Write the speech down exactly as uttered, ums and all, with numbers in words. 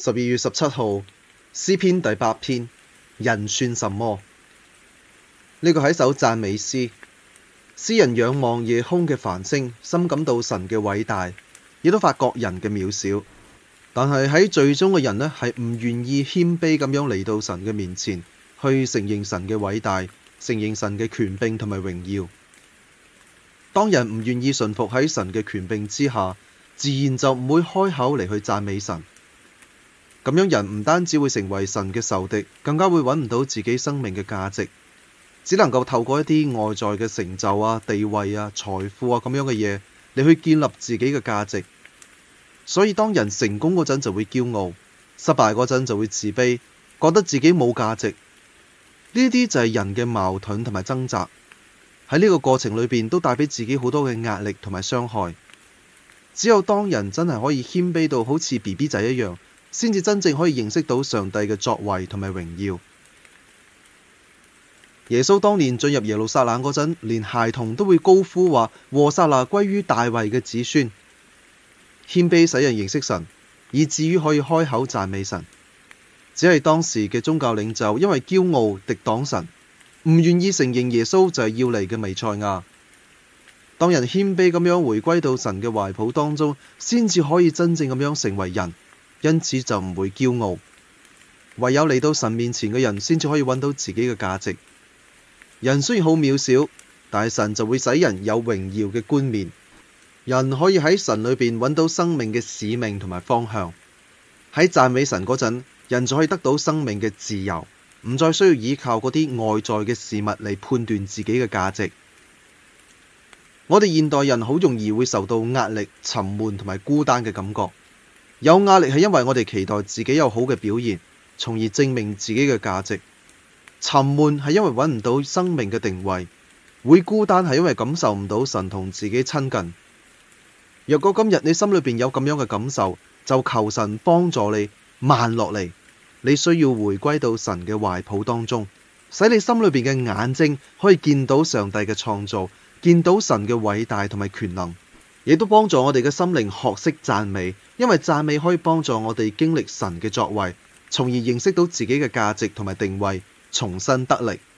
十二月十七號，詩篇第八篇，人算什麼？呢個係一首讚美詩。詩人仰望夜空嘅繁星，深感到神嘅偉大，亦都發覺人嘅渺小。但係喺罪中嘅人呢，係唔願意謙卑咁樣嚟到神嘅面前，去承認神嘅偉大，承認神嘅權柄同埋榮耀。當人唔願意順服喺神嘅權柄之下，自然就唔會開口嚟去讚美神。咁樣人唔單止會成為神嘅仇敵，更加會揾唔到自己生命嘅價值，只能夠透過一啲外在嘅成就啊、地位啊、財富啊咁樣嘅嘢嚟去建立自己嘅價值。所以當人成功嗰陣就會驕傲，失敗嗰陣就會自卑，覺得自己冇價值。呢啲就係人嘅矛盾同埋掙扎，喺呢個過程裏邊都帶俾自己好多嘅壓力同埋傷害。只有當人真係可以謙卑到好似 B B 仔一樣，先至真正可以認識到上帝嘅作為同埋榮耀。耶穌當年進入耶路撒冷嗰陣，連孩童都會高呼話：和散那歸於大衛嘅子孫。謙卑使人認識神，以至於可以開口讚美神。只係當時嘅宗教領袖因為驕傲敵擋神，唔願意承認耶穌就係要嚟嘅彌賽亞。當人謙卑咁樣回歸到神嘅懷抱當中，先至可以真正咁樣成為人。因此就唔會驕傲，唯有嚟到神面前嘅人先至可以揾到自己嘅價值。人雖然好渺小，但係神就會使人有榮耀嘅冠冕。人可以喺神裏邊揾到生命嘅使命同埋方向。喺讚美神嗰陣，人就可以得到生命嘅自由，唔再需要依靠嗰啲外在嘅事物嚟判斷自己嘅價值。我哋現代人好容易會受到壓力、沉悶同埋孤單嘅感覺。有壓力係因為我哋期待自己有好嘅表現，從而證明自己嘅價值。沉悶係因為揾唔到生命嘅定位。會孤單係因為感受唔到神同自己親近。若果今日你心裏邊有咁樣嘅感受，就求神幫助你慢落嚟。你需要回歸到神嘅懷抱當中，使你心裏邊嘅眼睛可以見到上帝嘅創造，見到神嘅偉大同埋權能。亦都幫助我哋嘅心靈學識讚美，因為讚美可以幫助我哋經歷神嘅作為，從而認識到自己嘅價值同埋定位，重新得力。